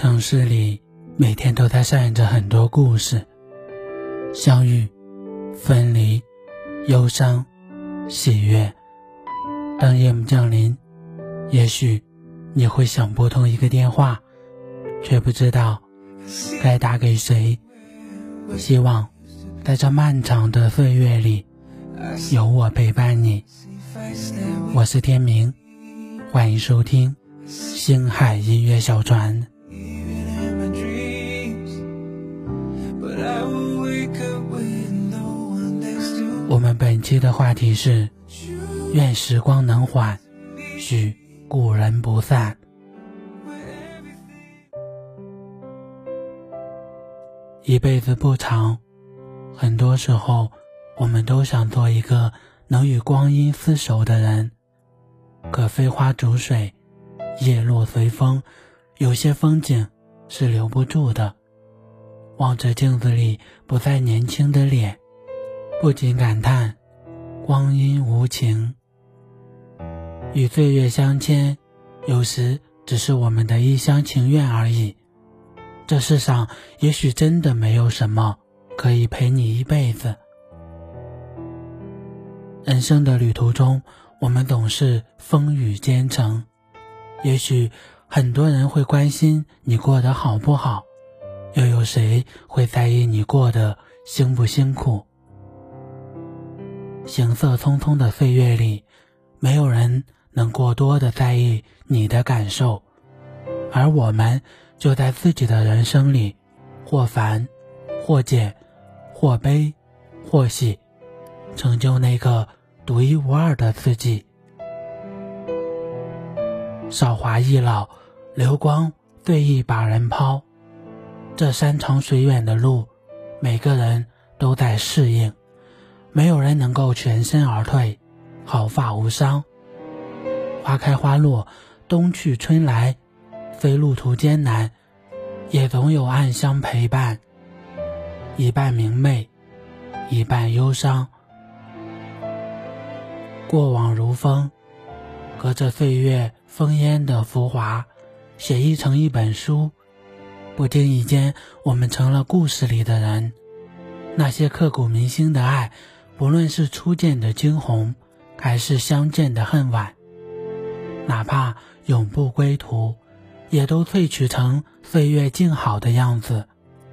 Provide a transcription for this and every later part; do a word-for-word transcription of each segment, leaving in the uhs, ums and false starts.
城市里每天都在上演着很多故事，相遇、分离、忧伤、喜悦。当夜幕降临，也许你会想拨通一个电话，却不知道该打给谁。希望在这漫长的岁月里，有我陪伴你。我是天明，欢迎收听星海音乐小船。我们本期的话题是愿时光能缓，许故人不散。一辈子不长，很多时候我们都想做一个能与光阴厮守的人，可飞花逐水，叶落随风，有些风景是留不住的。望着镜子里不再年轻的脸，不禁感叹光阴无情。与岁月相牵，有时只是我们的一厢情愿而已。这世上也许真的没有什么可以陪你一辈子。人生的旅途中，我们总是风雨兼程，也许很多人会关心你过得好不好，又有谁会在意你过得辛不辛苦。行色匆匆的岁月里，没有人能过多的在意你的感受，而我们就在自己的人生里，或繁或简，或悲或喜，成就那个独一无二的自己。韶华易老，流光最易把人抛。这山长水远的路，每个人都在适应，没有人能够全身而退，毫发无伤。花开花落，冬去春来，虽路途艰难，也总有暗香陪伴，一半明媚，一半忧伤。过往如风，隔着岁月烽烟的浮华，写意成一本书。不经意间，我们成了故事里的人。那些刻骨铭心的爱，不论是初见的惊鸿，还是相见的恨晚，哪怕永不归途，也都萃取成岁月静好的样子。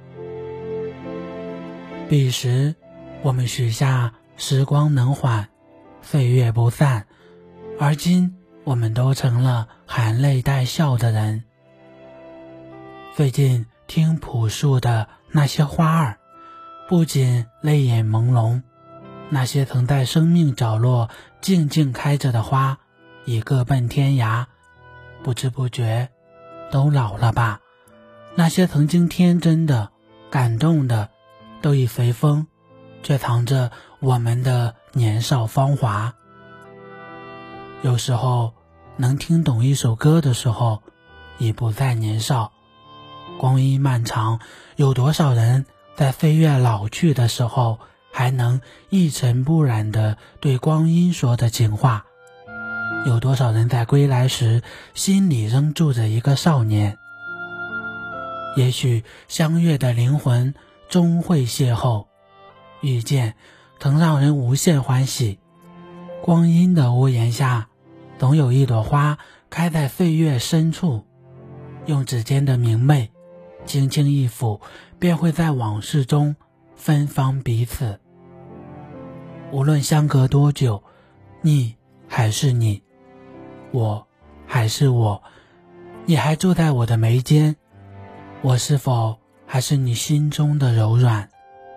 彼时我们许下时光能缓，岁月不散，而今我们都成了含泪带笑的人。最近听朴树的那些花儿，不仅泪眼朦胧，那些曾在生命角落静静开着的花，已各奔天涯，不知不觉都老了吧。那些曾经天真的感动的，都已随风，却藏着我们的年少芳华。有时候能听懂一首歌的时候，已不再年少。光阴漫长，有多少人在岁月老去的时候，还能一尘不染地对光阴说着情话？有多少人在归来时，心里仍住着一个少年？也许相约的灵魂终会邂逅，遇见曾让人无限欢喜。光阴的屋檐下，总有一朵花开在岁月深处，用指尖的明媚轻轻一抚，便会在往事中芬芳彼此。无论相隔多久，你还是你，我还是我，你还住在我的眉间，我是否还是你心中的柔软？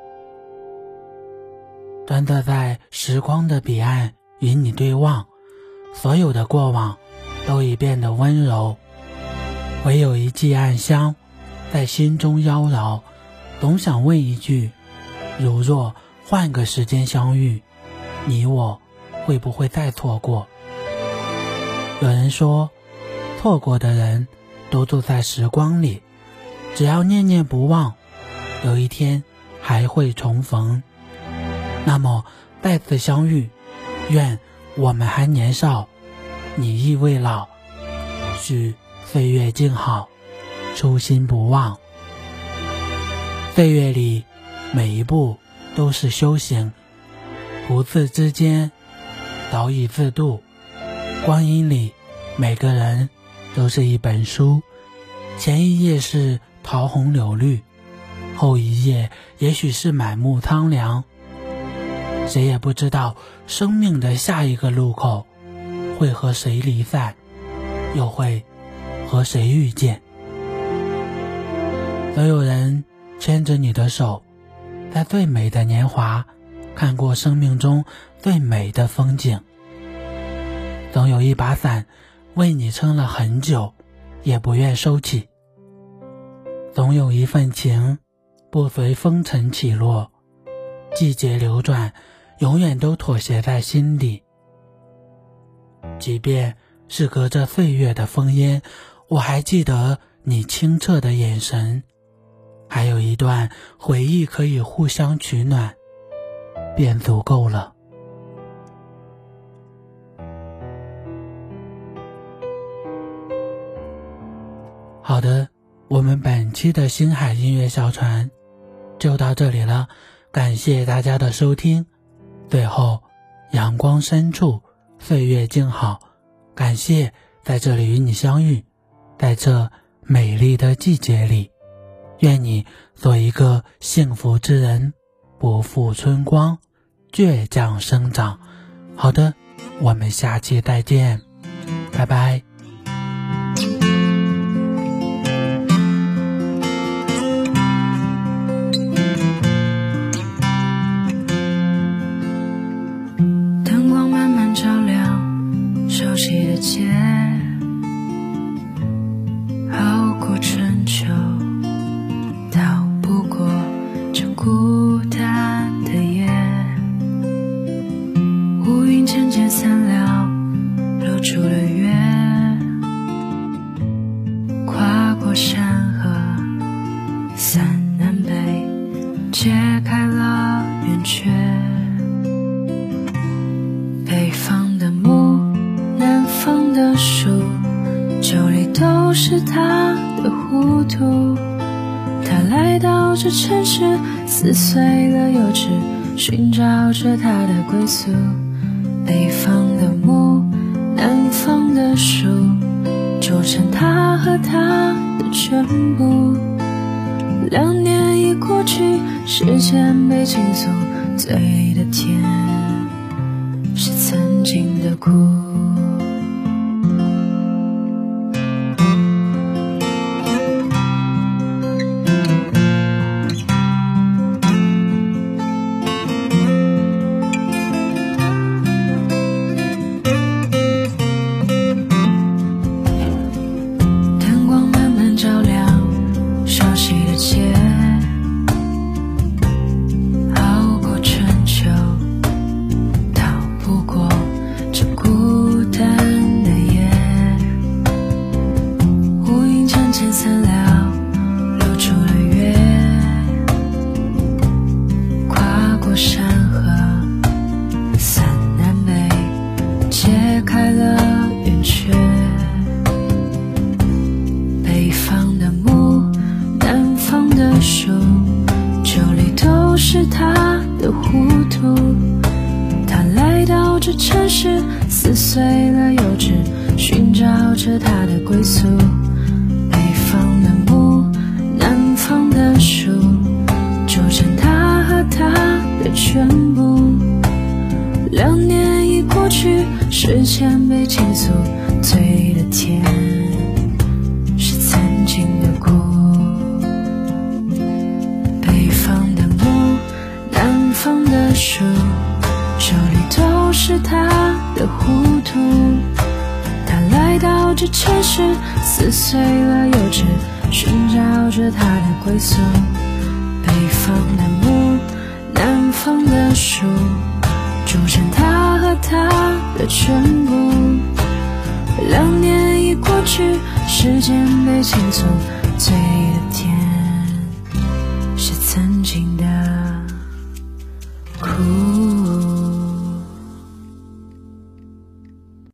端坐在时光的彼岸与你对望，所有的过往都已变得温柔，唯有一剂暗香在心中妖娆，总想问一句，如若换个时间相遇，你我会不会再错过？有人说，错过的人都住在时光里，只要念念不忘，有一天还会重逢。那么再次相遇，愿我们还年少，你亦未老，许岁月静好， 初心不忘。岁月里每一步都是修行，不自之间早已自度。光阴里每个人都是一本书，前一页是桃红柳绿，后一页也许是满目苍凉。谁也不知道生命的下一个路口会和谁离散，又会和谁遇见。总有人牵着你的手，在最美的年华看过生命中最美的风景。总有一把伞为你撑了很久，也不愿收起。总有一份情不随风尘起落，季节流转，永远都妥协在心底。即便是隔着岁月的烽烟，我还记得你清澈的眼神，还有一段回忆可以互相取暖，便足够了。好的，我们本期的星海音乐小船就到这里了，感谢大家的收听。最后，阳光深处，岁月静好，感谢在这里与你相遇，在这美丽的季节里，愿你做一个幸福之人，不负春光，倔强生长。好的，我们下期再见，拜拜。 街熬过春秋，逃不过这孤单的夜。乌云渐渐散了，露出了月，跨过山河，伞南北，揭开了圆缺。北方的木，南方的树，酒里都是他的糊涂。他来到这城市，撕碎了幼稚，寻找着他的归宿。北方的木，南方的树，组成他和他的全部。两年已过去，时间被倾诉，醉的甜是曾经的苦。这城市撕碎了幼稚，寻找着他的归宿。北方的木，南方的树，组成他和他的全部。两年已过去，时间被倾诉，醉的甜是曾经的苦。北方的木，南方的树，手里都是他的糊涂。他来到这城市，撕碎了幼稚，寻找着他的归宿。北方的木，南方的树，组成他和他的全部。两年已过去，时间被倾诉，醉的甜